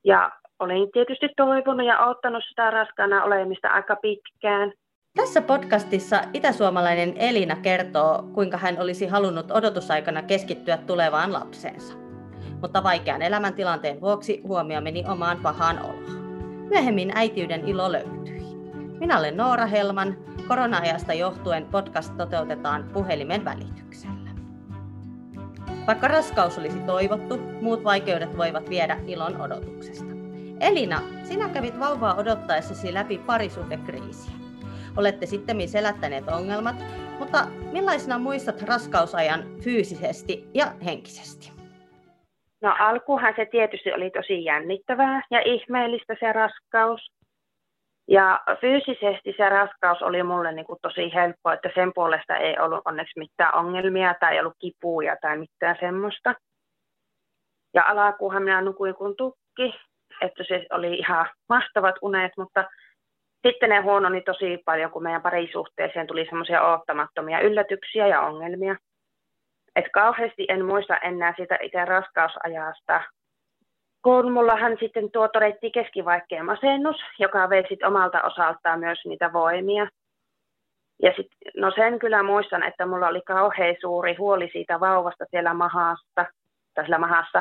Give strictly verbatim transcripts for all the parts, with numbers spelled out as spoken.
Ja olin tietysti toivonut ja odottanut sitä raskaana olemista aika pitkään. Tässä podcastissa itäsuomalainen Elina kertoo, kuinka hän olisi halunnut odotusaikana keskittyä tulevaan lapseensa. Mutta vaikean elämäntilanteen vuoksi huomio meni omaan pahaan oloon. Myöhemmin äitiyden ilo löytyi. Minä olen Noora Helman. Korona-ajasta johtuen podcast toteutetaan puhelimen välityksellä. Vaikka raskaus olisi toivottu, muut vaikeudet voivat viedä ilon odotuksesta. Elina, sinä kävit vauvaa odottaessasi läpi parisuhdekriisiä. Olette sittemmin selättäneet ongelmat, mutta millaisena muistat raskausajan fyysisesti ja henkisesti? No alkuhan se tietysti oli tosi jännittävää ja ihmeellistä se raskaus. Ja fyysisesti se raskaus oli mulle niin kuin tosi helppoa, että sen puolesta ei ollut onneksi mitään ongelmia tai ei ollut kipuja tai mitään semmoista. Ja alkuunhan minä nukuin kuin tukki, että se oli ihan mahtavat unet, mutta sitten ne huononi tosi paljon, kun meidän parisuhteeseen tuli semmoisia odottamattomia yllätyksiä ja ongelmia. Että kauheasti en muista enää sitä itse raskausajasta. Kun mullahan sitten tuo todettiin keskivaiheen masennus, joka vei sitten omalta osaltaan myös niitä voimia. Ja sit, no sen kyllä muistan, että mulla oli kauhean suuri huoli siitä vauvasta siellä mahassa, tai siellä mahassa.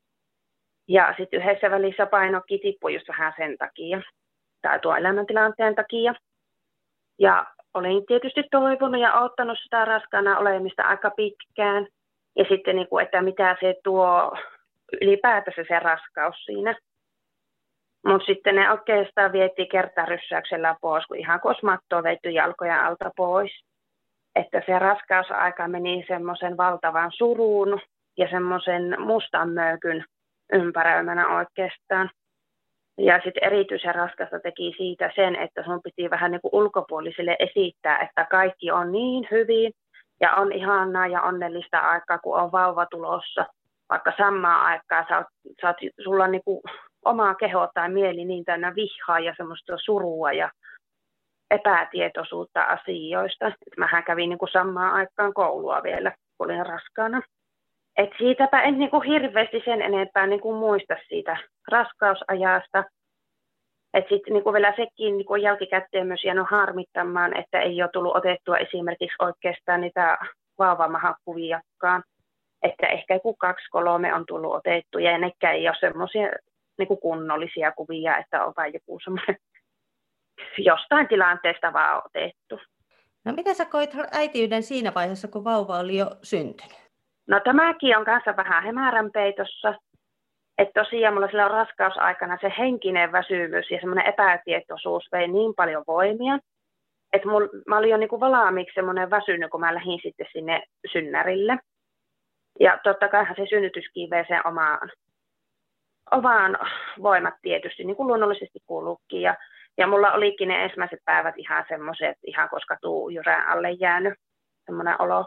Ja sitten yhdessä välissä painokin tippui just vähän sen takia, tai tuon elämäntilanteen takia. Ja olin tietysti toivonut ja odottanut sitä raskaana olemista aika pitkään. Ja sitten, niin kuin, että mitä se tuo ylipäätänsä se raskaus siinä. Mutta sitten ne oikeastaan vietiin kertaryssäyksellä pois, kun ihan kosmattoa veitty jalkojen alta pois. Että se raskausaika meni semmoisen valtavan surun ja semmoisen mustan möykyn ympäröimänä oikeastaan. Ja sitten erityisen raskasta teki siitä sen, että sun piti vähän niin kuin ulkopuolisille esittää, että kaikki on niin hyvin ja on ihanaa ja onnellista aikaa, kun on vauva tulossa. Vaikka samaan aikaan sä oot, sä oot, sulla on niin kuin omaa keho tai mieli niin täynnä vihaa ja semmoista surua ja epätietoisuutta asioista. Et mähän kävin niin kuin samaan aikaan koulua vielä, kun olin raskaana. Et siitäpä en niin kuin hirveästi sen enempää niin kuin muista siitä raskausajasta. Et sitten niin kuin vielä sekin niin kuin jälkikäteen myös jäänyt harmittamaan, että ei ole tullut otettua esimerkiksi oikeastaan niitä vauvamahakuviakaan. Että ehkä joku kaksi kolme on tullut otettu ja nekään ei ole semmoisia niin kuin kunnollisia kuvia, että on vain joku semmoinen jostain tilanteesta vaan otettu. No miten sä koit äitiyden siinä vaiheessa, kun vauva oli jo syntynyt? No tämäkin on kanssa vähän hämärän peitossa. Että tosiaan mulla silloin raskausaikana se henkinen väsymys ja semmoinen epätietoisuus vei niin paljon voimia. Että mul, mä olin jo niin kuin valmiiksi semmoinen väsynyt, kun mä lähdin sitten sinne synnärille. Ja totta kaihan se synnytyskin vei sen omaan, omaan voimat tietysti, niin kuin luonnollisesti kuuluukin. Ja, ja mulla olikin ne ensimmäiset päivät ihan semmoiset, ihan koska tuu jyrän alle jäänyt semmoinen olo.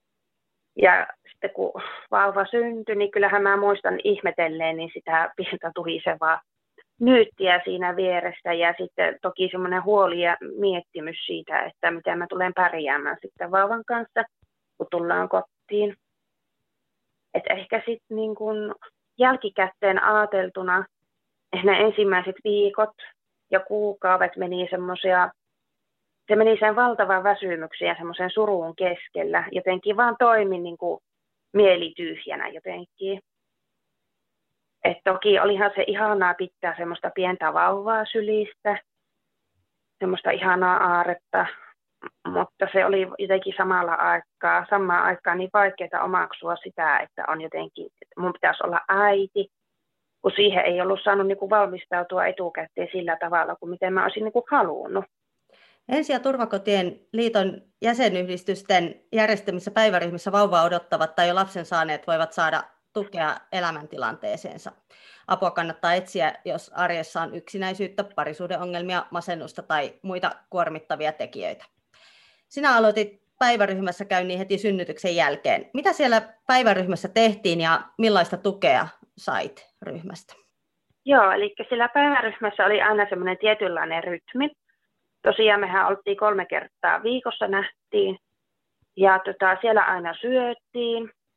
Ja sitten kun vauva syntyi, niin kyllähän mä muistan ihmetelleen niin sitä pientä tuhisevaa nyyttiä siinä vieressä. Ja sitten toki semmoinen huoli ja miettimys siitä, että miten mä tulen pärjäämään sitten vauvan kanssa, kun tullaan kotiin. Että ehkä sitten niin kun jälkikäteen ajateltuna ne ensimmäiset viikot ja kuukaudet meni semmoisia, se meni sen valtavan väsymyksen ja semmoisen surun keskellä. Jotenkin vaan toimin niin kuin mieli tyhjänä jotenkin. Et toki olihan se ihanaa pitää semmoista pientä vauvaa sylistä, semmoista ihanaa aaretta. Mutta se oli jotenkin samalla aikaa, samaan aikaan niin vaikeaa omaksua sitä, että on jotenkin, että mun pitäisi olla äiti, kun siihen ei ollut saanut niin kuin valmistautua etukäteen sillä tavalla, kuin miten mä olisin niin kuin halunnut. Ensi- ja turvakotien liiton jäsenyhdistysten järjestämissä päiväryhmissä vauvaa odottavat tai jo lapsen saaneet voivat saada tukea elämäntilanteeseensa. Apua kannattaa etsiä, jos arjessa on yksinäisyyttä, parisuhdeongelmia, masennusta tai muita kuormittavia tekijöitä. Sinä aloitit päiväryhmässä käynnin heti synnytyksen jälkeen. Mitä siellä päiväryhmässä tehtiin ja millaista tukea sait ryhmästä? Joo, eli siellä päiväryhmässä oli aina semmoinen tietynlainen rytmi. Tosiaan mehän oltiin kolme kertaa viikossa nähtiin ja tota, siellä aina syöttiin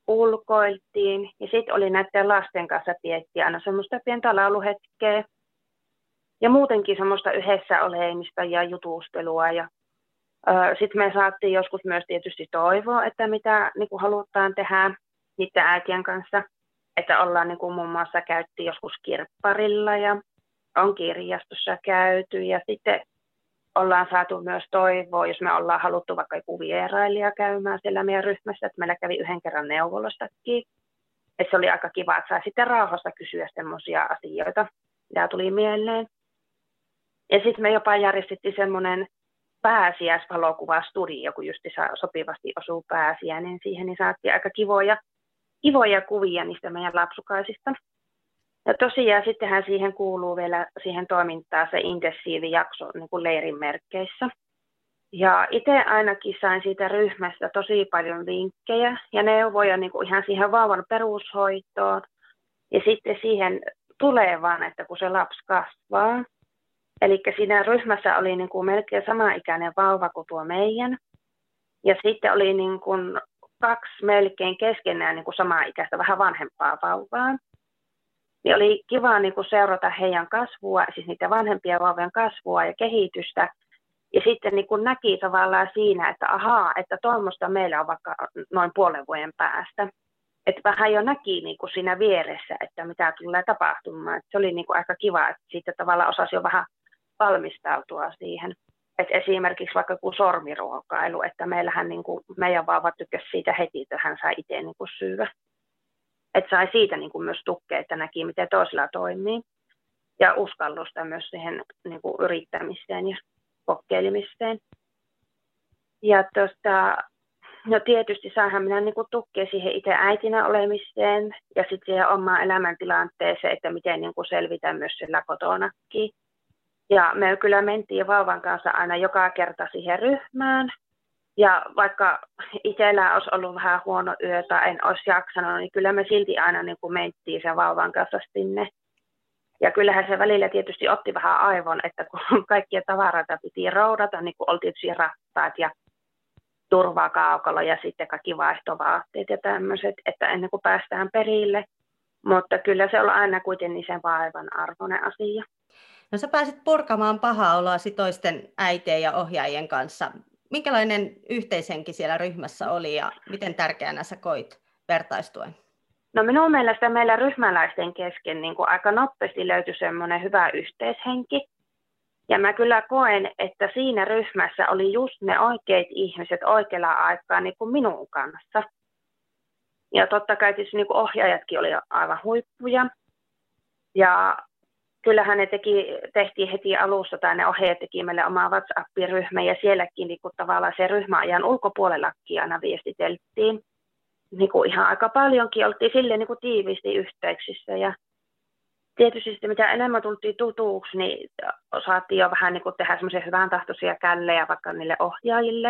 ulkoiltiin ja sitten oli näiden lasten kanssa piettiin aina semmoista pientä lauluhetkeä ja muutenkin semmoista yhdessä olemista ja jutustelua. Ja sitten me saatiin joskus myös tietysti toivoa, että mitä niin kuin halutaan tehdä niiden äitien kanssa. Että ollaan niin kuin muun muassa käytti joskus kirpparilla ja on kirjastossa käyty ja sitten ollaan saatu myös toivoa, jos me ollaan haluttu vaikka joku vierailija käymään siellä meidän ryhmässä, että meillä kävi yhden kerran neuvolostakin. Että se oli aika kiva, että sai sitten rauhassa kysyä semmoisia asioita, mitä tuli mieleen. Ja sitten me jopa järjestettiin semmoinen pääsiäisvalokuvastudio, kun just sopivasti osuu pääsiä, niin siihen niin saatiin aika kivoja, kivoja kuvia niistä meidän lapsukaisista. Ja tosiaan sittenhän siihen kuuluu vielä siihen toimintaan se intensiivijakso niin kuin leirin merkeissä. Ja itse ainakin sain siitä ryhmästä tosi paljon vinkkejä ja neuvoja niin kuin ihan siihen vauvan perushoitoon ja sitten siihen tulevaan, että kun se lapsi kasvaa. Eli siinä ryhmässä oli niin kuin melkein samaikäinen vauva kuin tuo meidän. Ja sitten oli niin kuin kaksi melkein keskenään niin kuin samaikäistä, vähän vanhempaa vauvaa. Niin oli kiva niin kuin seurata heidän kasvua, siis niitä vanhempia vauvojen kasvua ja kehitystä. Ja sitten niin kuin näki tavallaan siinä, että ahaa, että tuommoista meillä on vaikka noin puolen vuoden päästä. Että vähän jo näki niin kuin siinä vieressä, että mitä tulee tapahtumaan. Että se oli niin kuin aika kiva, että siitä tavallaan osasi jo vähän valmistautua siihen. Et esimerkiksi vaikka kuin sormiruokailu, että meillähän niin kuin, meidän vauva tykkäsi siitä heti, että hän sai itse niin kuin syödä. Että sai siitä niin kuin myös tukea, että näki miten toisella toimii. Ja uskallusta myös siihen niin kuin yrittämiseen ja kokeilemiseen. Ja tuosta, no tietysti saanhan minä niin kuin tukea siihen itse äitinä olemiseen ja sitten siihen omaan elämäntilanteeseen, että miten niin kuin selvitään myös sillä kotonakin. Ja me kyllä mentiin vauvan kanssa aina joka kerta siihen ryhmään. Ja vaikka itsellä olisi ollut vähän huono yö tai en olisi jaksanut, niin kyllä me silti aina niin kuin mentiin sen vauvan kanssa sinne. Ja kyllähän se välillä tietysti otti vähän aivon, että kun kaikkia tavaroita piti roudata, niin kuin oli tietysti rattaat ja turvakaukalo ja sitten kaikki vaihtovaatteet ja tämmöiset, että ennen kuin päästään perille. Mutta kyllä se on aina kuitenkin sen vaivan arvoinen asia. No sä pääsit purkamaan pahaa oloasi toisten äitien ja ohjaajien kanssa. Minkälainen yhteishenki siellä ryhmässä oli ja miten tärkeänä sä koit vertaistuen? No minun mielestä meillä ryhmäläisten kesken niin kuin aika nopeasti löytyi semmoinen hyvä yhteishenki. Ja mä kyllä koen, että siinä ryhmässä oli just ne oikeat ihmiset oikealla aikaa niin kuin minun kanssa. Ja totta kai tietysti niin kuin ohjaajatkin oli aivan huippuja. Ja kyllähän ne teki, tehtiin heti alussa, tai ne ohjeet teki meille oma WhatsApp-ryhmä, ja sielläkin niin kuin tavallaan se ryhmäajan ulkopuolellakin aina viestiteltiin. Niin kuin ihan aika paljonkin oltiin silleen niin kuin tiiviisti yhteyksissä. Ja tietysti sitten, mitä enemmän tultiin tutuksi, niin saatiin jo vähän niin kuin tehdä semmoisia hyvän tahtoisia källejä vaikka niille ohjaajille.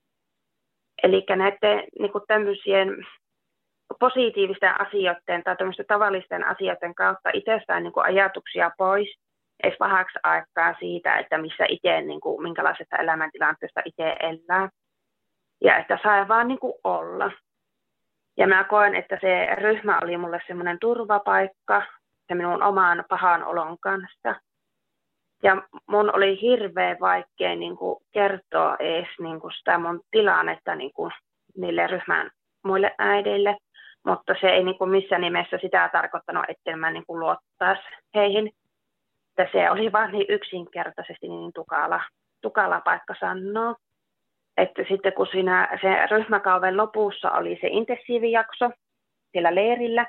Eli näiden niin kuin tämmöisien positiivisten asioiden tai tämmöisten tavallisten asioiden kautta itsestään niin kuin ajatuksia pois, edes vähäksi aikaa siitä, että missä itse, niin kuin, minkälaisesta elämäntilanteesta itse elää. Ja että sai vaan niin kuin olla. Ja mä koen, että se ryhmä oli mulle semmoinen turvapaikka se minun oman pahan olon kanssa. Ja mun oli hirveän vaikea niin kuin kertoa edes niin kuin sitä mun tilannetta niin kuin niille ryhmän muille äideille. Mutta se ei niin kuin missään nimessä sitä tarkoittanut, että mä niin kuin luottaisi heihin. Että se oli vaan niin yksinkertaisesti niin tukala, tukala paikka sanoa. Että sitten kun siinä se ryhmäkauden lopussa oli se intensiivijakso siellä leirillä,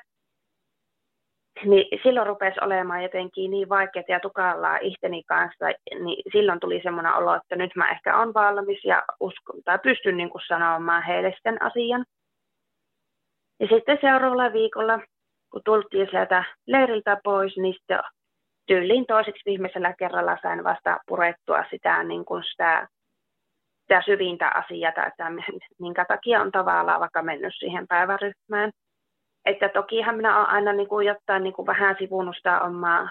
niin silloin rupesi olemaan jotenkin niin vaikeaa ja tukalaa ihteni kanssa, niin silloin tuli semmoinen olo, että nyt mä ehkä on valmis ja uskon tai pystyn niin kuin sanomaan heille sen asian. Ja sitten seuraavalla viikolla, kun tultiin sieltä leiriltä pois, niin sitten tyyliin toiseksi viimeisellä kerralla sain vasta purettua sitä, niin kuin sitä, sitä syvintä asiaa, että minkä takia on tavallaan vaikka mennyt siihen päiväryhmään. Että tokihan minä olen aina niin kuin jotain niin kuin vähän sivunut sitä omaa,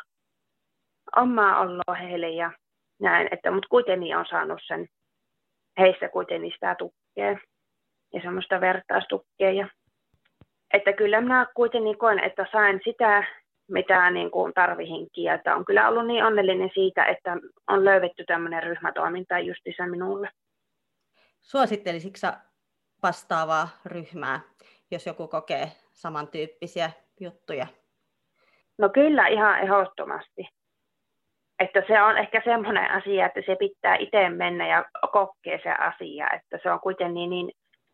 omaa oloa heille ja näin, että mutta kuitenkin on saanut sen heissä kuitenkin sitä tukea ja semmoista vertaistukea. Ja Että kyllä minä kuitenkin koen, että sain sitä, mitä niin kuin tarvihinkin. Ja että on kyllä ollut niin onnellinen siitä, että on löydetty tämmöinen ryhmätoiminta justiinsa minulle. Suosittelisitko sä vastaavaa ryhmää, jos joku kokee samantyyppisiä juttuja? No kyllä ihan ehdottomasti. Että se on ehkä semmoinen asia, että se pitää itse mennä ja kokea se asia. Että se on kuitenkin niin, niin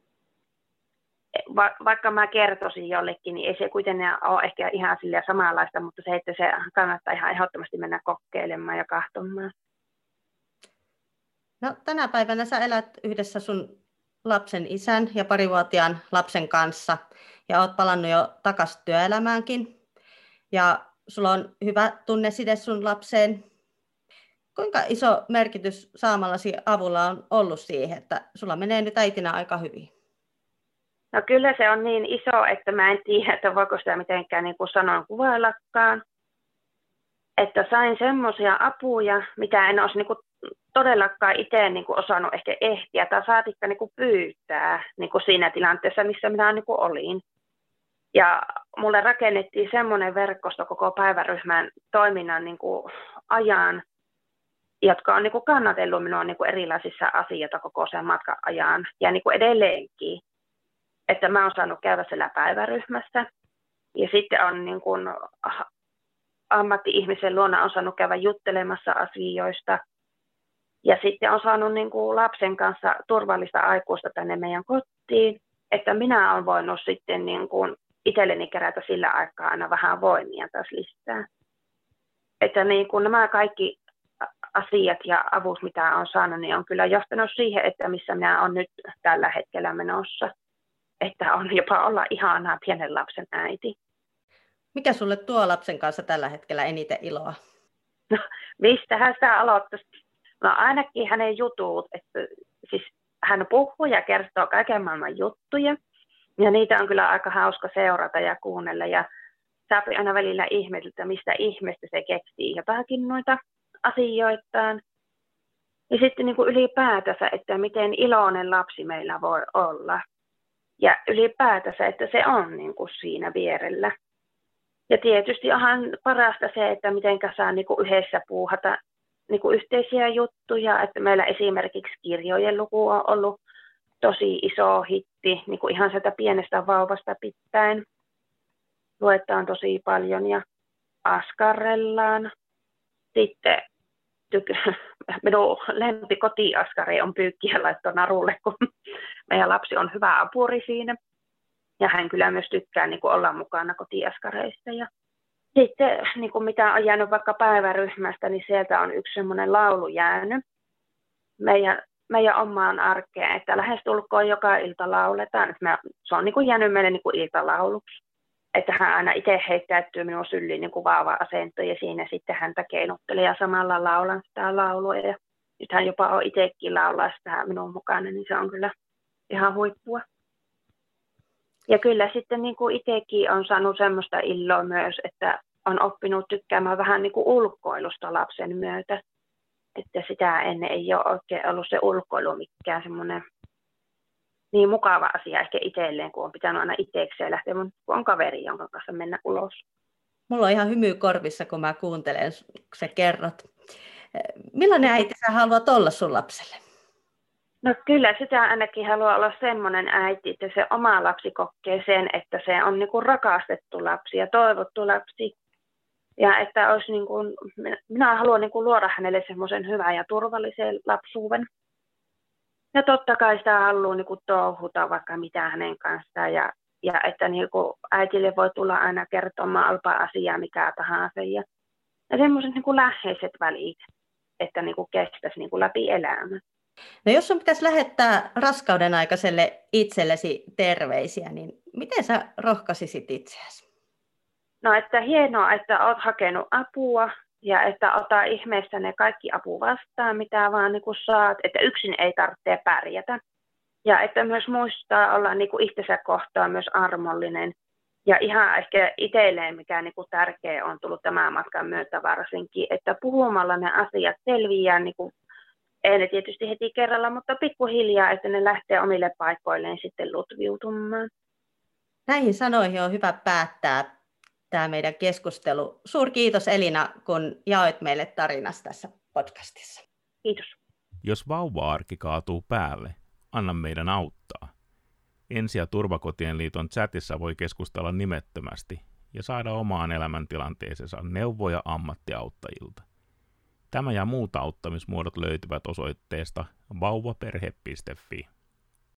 va, vaikka mä kertoisin jollekin, niin ei se kuitenkin ole ehkä ihan sillä samanlaista, mutta se, että se kannattaa ihan ehdottomasti mennä kokeilemaan ja kahtomaan. No, tänä päivänä sä elät yhdessä sun lapsen isän ja parivuotiaan lapsen kanssa ja oot palannut jo takaisin työelämäänkin. Ja sulla on hyvä tunneside sun lapseen. Kuinka iso merkitys saamallasi avulla on ollut siihen, että sulla menee nyt äitinä aika hyvin? No kyllä se on niin iso, että mä en tiedä, että voiko sitä mitenkään niin kuin sanon kuvaillakaan. Että sain semmoisia apuja, mitä en olisi niin kuin todellakaan itse niin kuin osannut ehkä ehtiä tai saatikka niin kuin pyytää niin kuin siinä tilanteessa, missä minä niin kuin olin. Ja mulle rakennettiin semmoinen verkosto koko päiväryhmän toiminnan niin kuin ajan, jotka on niin kuin kannatellut minua niin kuin erilaisissa asioissa koko sen matkan ajan ja niin kuin edelleenkin. Että mä oon saanut käydä siellä päiväryhmässä ja sitten on niin kuin ammatti-ihmisen luona on saanut käydä juttelemassa asioista. Ja sitten on saanut niin kuin lapsen kanssa turvallista aikuista tänne meidän kotiin, että minä olen voinut sitten niin kuin itselleni kerätä sillä aikaa aina vähän voimia taas lisää. Että niin kuin nämä kaikki asiat ja avut, mitä olen saanut, niin on kyllä johtanut siihen, että missä minä olen nyt tällä hetkellä menossa. Että on jopa olla ihanaa pienen lapsen äiti. Mikä sulle tuo lapsen kanssa tällä hetkellä eniten iloa? No, mistähän sitä aloittaisi? No ainakin hänen jutut, että siis hän puhuu ja kertoo kaiken maailman juttuja. Ja niitä on kyllä aika hauska seurata ja kuunnella. Ja saapi aina välillä ihmetellä, että mistä ihmeestä se keksii jotakin noita asioitaan. Ja sitten niin kuin ylipäätänsä, että miten iloinen lapsi meillä voi olla. Ja ylipäätänsä, että se on niin kuin siinä vierellä. Ja tietysti onhan parasta se, että miten saa niin kuin yhdessä puuhata niin kuin yhteisiä juttuja. Että meillä esimerkiksi kirjojen luku on ollut tosi iso hitti, niin kuin ihan sieltä pienestä vauvasta pitäen. Luetaan tosi paljon ja askarrellaan. Sitten tyk- minun lempikotiaskari on pyykkiä laittaa narulle, kun meidän lapsi on hyvä apuri siinä. Ja hän kyllä myös tykkää niin kuin olla mukana kotiaskareissa. Ja sitten niin kuin mitä on jäänyt vaikka päiväryhmästä, niin sieltä on yksi semmoinen laulu jäänyt meidän, meidän omaan arkeen, että lähestulkoon joka ilta lauletaan. Että se on niin kuin jäänyt meille niin kuin iltalauluksi. Että hän aina itse heittäytyy minun syliin niin kuin vauva-asentoon ja siinä sitten häntä keinuttelee ja samalla laulan sitä laulua. Ja nyt hän jopa on itsekin laulaa sitä minun mukana, niin se on kyllä ihan huippua. Ja kyllä sitten niin kuin itsekin on saanut semmoista iloa myös, että on oppinut tykkäämään vähän niin kuin ulkoilusta lapsen myötä. Että sitä ennen ei ole oikein ollut se ulkoilu mikään semmoinen niin mukava asia ehkä itselleen, kun on pitänyt aina itsekseen lähteä, kun on kaveri, jonka kanssa mennä ulos. Mulla on ihan hymy korvissa, kun mä kuuntelen, kun sä kerrot. Millainen äiti sä haluat olla sun lapselle? No kyllä sitä ainakin haluaa olla semmoinen äiti, että se oma lapsi kokee sen, että se on niin kuin rakastettu lapsi ja toivottu lapsi. Ja että olisi niin kuin, minä haluan niin kuin luoda hänelle semmoisen hyvän ja turvallisen lapsuuden. Ja totta kai sitä haluaa niin kuin touhuta vaikka mitä hänen kanssaan. Ja, ja että niin kuin äitille voi tulla aina kertomaan alpa asiaa mikä tahansa. Ja, ja semmoiset niin kuin läheiset välit, että niin kuin kestäisi niin kuin läpi elämän. No jos sun pitäisi lähettää raskauden aikaiselle itsellesi terveisiä, niin miten sä rohkaisisit itseäsi? No että hienoa, että olet hakenut apua ja että ota ihmeessä ne kaikki apu vastaan, mitä vaan niin kuin saat, että yksin ei tarvitse pärjätä. Ja että myös muistaa olla niin kuin itsensä kohtaan myös armollinen. Ja ihan ehkä itselleen, mikä niin kuin tärkeä on tullut tämän matkan myötä varsinkin, että puhumalla ne asiat selviää, niin kuin, ei ne tietysti heti kerralla, mutta pikkuhiljaa, että ne lähtee omille paikoilleen sitten lutviutumaan. Näihin sanoihin on hyvä päättää tämä meidän keskustelu. Suurkiitos Elina, kun jaoit meille tarinasi tässä podcastissa. Kiitos. Jos vauva-arki kaatuu päälle, anna meidän auttaa. Ensi- ja Turvakotien liiton chatissa voi keskustella nimettömästi ja saada omaan elämäntilanteeseensa neuvoja ammattiauttajilta. Tämä ja muut auttamismuodot löytyvät osoitteesta vauvaperhe piste fi.